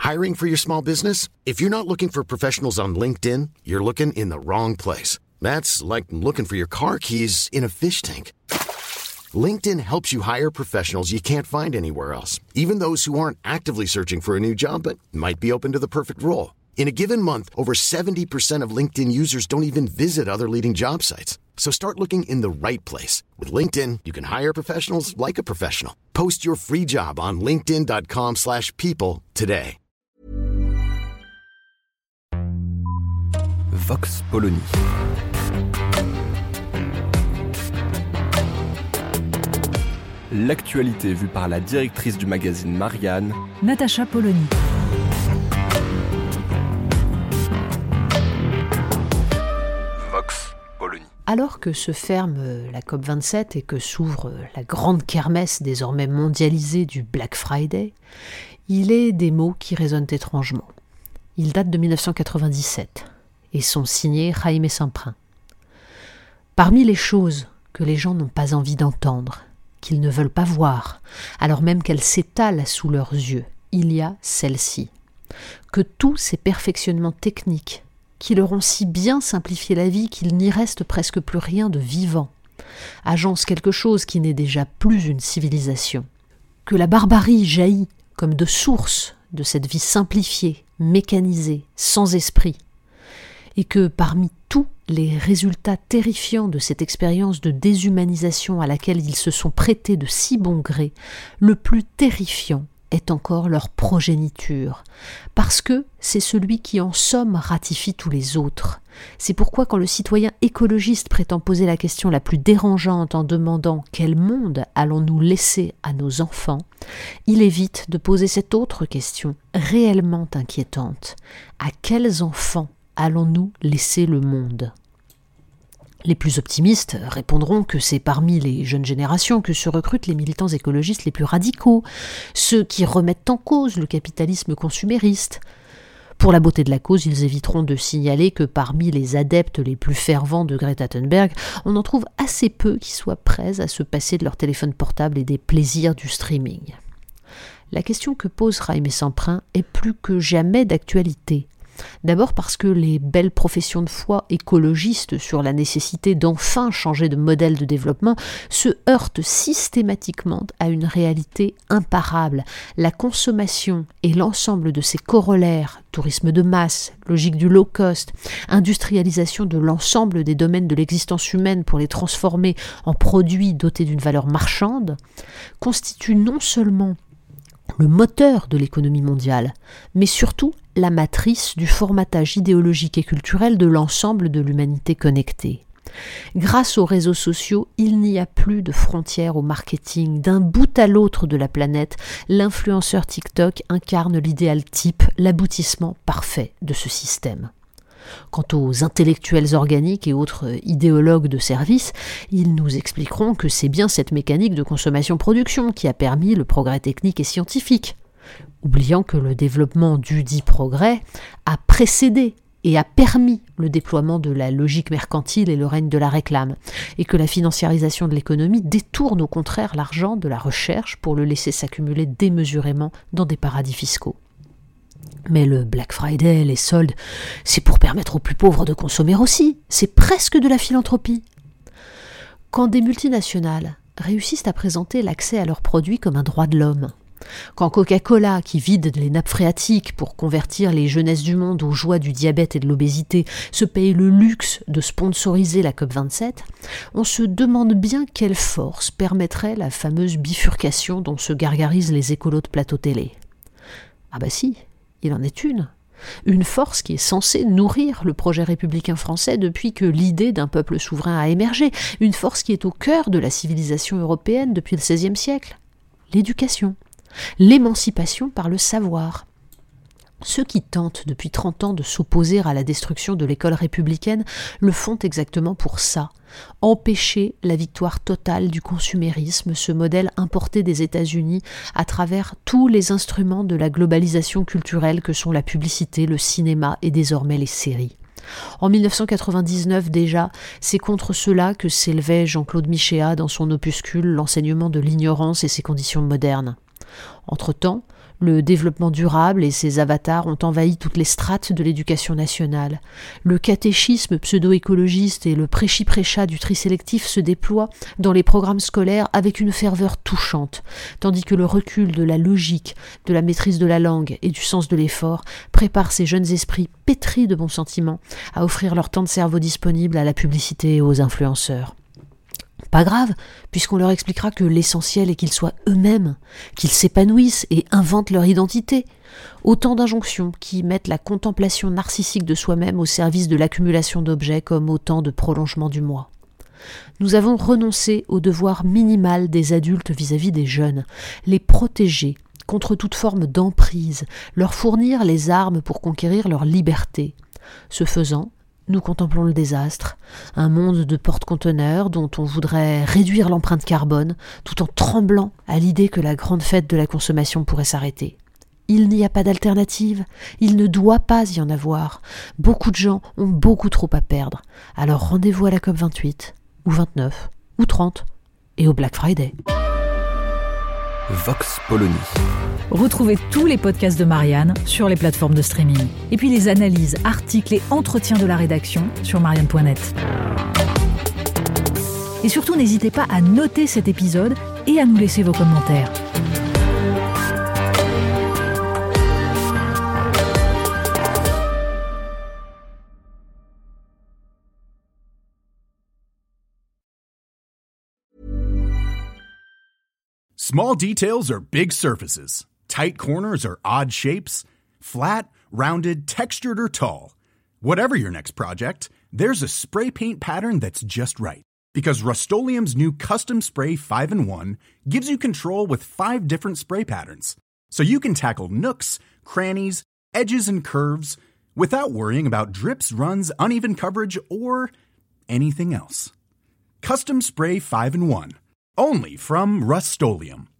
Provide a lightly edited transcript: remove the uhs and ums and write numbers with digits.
Hiring for your small business? If you're not looking for professionals on LinkedIn, you're looking in the wrong place. That's like looking for your car keys in a fish tank. LinkedIn helps you hire professionals you can't find anywhere else, even those who aren't actively searching for a new job but might be open to the perfect role. In a given month, over 70% of LinkedIn users don't even visit other leading job sites. So start looking in the right place. With LinkedIn, you can hire professionals like a professional. Post your free job on linkedin.com/people today. Vox Polony. L'actualité vue par la directrice du magazine Marianne, Natacha Polony. Vox Polony. Alors que se ferme la COP27 et que s'ouvre la grande kermesse désormais mondialisée du Black Friday, il est des mots qui résonnent étrangement. Ils datent de 1997 et sont signés Jaime Samprin. Parmi les choses que les gens n'ont pas envie d'entendre, qu'ils ne veulent pas voir, alors même qu'elles s'étalent sous leurs yeux, il y a celle-ci. Que tous ces perfectionnements techniques, qui leur ont si bien simplifié la vie qu'il n'y reste presque plus rien de vivant, agencent quelque chose qui n'est déjà plus une civilisation. Que la barbarie jaillit comme de source de cette vie simplifiée, mécanisée, sans esprit, et que parmi tous les résultats terrifiants de cette expérience de déshumanisation à laquelle ils se sont prêtés de si bon gré, le plus terrifiant est encore leur progéniture, parce que c'est celui qui en somme ratifie tous les autres. C'est pourquoi quand le citoyen écologiste prétend poser la question la plus dérangeante en demandant « Quel monde allons-nous laisser à nos enfants ?», il évite de poser cette autre question réellement inquiétante. À quels enfants allons-nous laisser le monde ? Les plus optimistes répondront que c'est parmi les jeunes générations que se recrutent les militants écologistes les plus radicaux, ceux qui remettent en cause le capitalisme consumériste. Pour la beauté de la cause, ils éviteront de signaler que parmi les adeptes les plus fervents de Greta Thunberg, on en trouve assez peu qui soient prêts à se passer de leur téléphone portable et des plaisirs du streaming. La question que pose Jaime Samprin est plus que jamais d'actualité. D'abord parce que les belles professions de foi écologistes sur la nécessité d'enfin changer de modèle de développement se heurtent systématiquement à une réalité imparable. La consommation et l'ensemble de ses corollaires, tourisme de masse, logique du low cost, industrialisation de l'ensemble des domaines de l'existence humaine pour les transformer en produits dotés d'une valeur marchande, constituent non seulement le moteur de l'économie mondiale, mais surtout la matrice du formatage idéologique et culturel de l'ensemble de l'humanité connectée. Grâce aux réseaux sociaux, il n'y a plus de frontières au marketing. D'un bout à l'autre de la planète, l'influenceur TikTok incarne l'idéal type, l'aboutissement parfait de ce système. Quant aux intellectuels organiques et autres idéologues de service, ils nous expliqueront que c'est bien cette mécanique de consommation-production qui a permis le progrès technique et scientifique, oubliant que le développement du dit progrès a précédé et a permis le déploiement de la logique mercantile et le règne de la réclame, et que la financiarisation de l'économie détourne au contraire l'argent de la recherche pour le laisser s'accumuler démesurément dans des paradis fiscaux. Mais le Black Friday, les soldes, c'est pour permettre aux plus pauvres de consommer aussi. C'est presque de la philanthropie. Quand des multinationales réussissent à présenter l'accès à leurs produits comme un droit de l'homme, quand Coca-Cola, qui vide les nappes phréatiques pour convertir les jeunesses du monde aux joies du diabète et de l'obésité, se paye le luxe de sponsoriser la COP27, on se demande bien quelle force permettrait la fameuse bifurcation dont se gargarisent les écolos de plateau télé. Ah bah si, il en est une. Une force qui est censée nourrir le projet républicain français depuis que l'idée d'un peuple souverain a émergé. Une force qui est au cœur de la civilisation européenne depuis le XVIe siècle. L'éducation. L'émancipation par le savoir. Ceux qui tentent depuis 30 ans de s'opposer à la destruction de l'école républicaine le font exactement pour ça. Empêcher la victoire totale du consumérisme, ce modèle importé des États-Unis à travers tous les instruments de la globalisation culturelle que sont la publicité, le cinéma et désormais les séries. En 1999 déjà, c'est contre cela que s'élevait Jean-Claude Michéa dans son opuscule « L'enseignement de l'ignorance et ses conditions modernes ». Entre-temps, Le développement durable et ses avatars ont envahi toutes les strates de l'éducation nationale. Le catéchisme pseudo-écologiste et le prêchi-prêcha du tri sélectif se déploient dans les programmes scolaires avec une ferveur touchante, tandis que le recul de la logique, de la maîtrise de la langue et du sens de l'effort prépare ces jeunes esprits pétris de bons sentiments à offrir leur temps de cerveau disponible à la publicité et aux influenceurs. Pas grave, puisqu'on leur expliquera que l'essentiel est qu'ils soient eux-mêmes, qu'ils s'épanouissent et inventent leur identité. Autant d'injonctions qui mettent la contemplation narcissique de soi-même au service de l'accumulation d'objets comme autant de prolongements du moi. Nous avons renoncé au devoir minimal des adultes vis-à-vis des jeunes, les protéger contre toute forme d'emprise, leur fournir les armes pour conquérir leur liberté. Ce faisant, nous contemplons le désastre, un monde de porte-conteneurs dont on voudrait réduire l'empreinte carbone tout en tremblant à l'idée que la grande fête de la consommation pourrait s'arrêter. Il n'y a pas d'alternative, il ne doit pas y en avoir. Beaucoup de gens ont beaucoup trop à perdre. Alors rendez-vous à la COP 28, ou 29, ou 30, et au Black Friday. Vox Polony. Retrouvez tous les podcasts de Marianne sur les plateformes de streaming. Et puis les analyses, articles et entretiens de la rédaction sur marianne.net. Et surtout, n'hésitez pas à noter cet épisode et à nous laisser vos commentaires. Small details are big surfaces. Tight corners are odd shapes. Flat, rounded, textured, or tall. Whatever your next project, there's a spray paint pattern that's just right. Because Rust-Oleum's new Custom Spray 5-in-1 gives you control with 5 different spray patterns. So you can tackle nooks, crannies, edges, and curves without worrying about drips, runs, uneven coverage, or anything else. Custom Spray 5-in-1. Only from Rust-Oleum.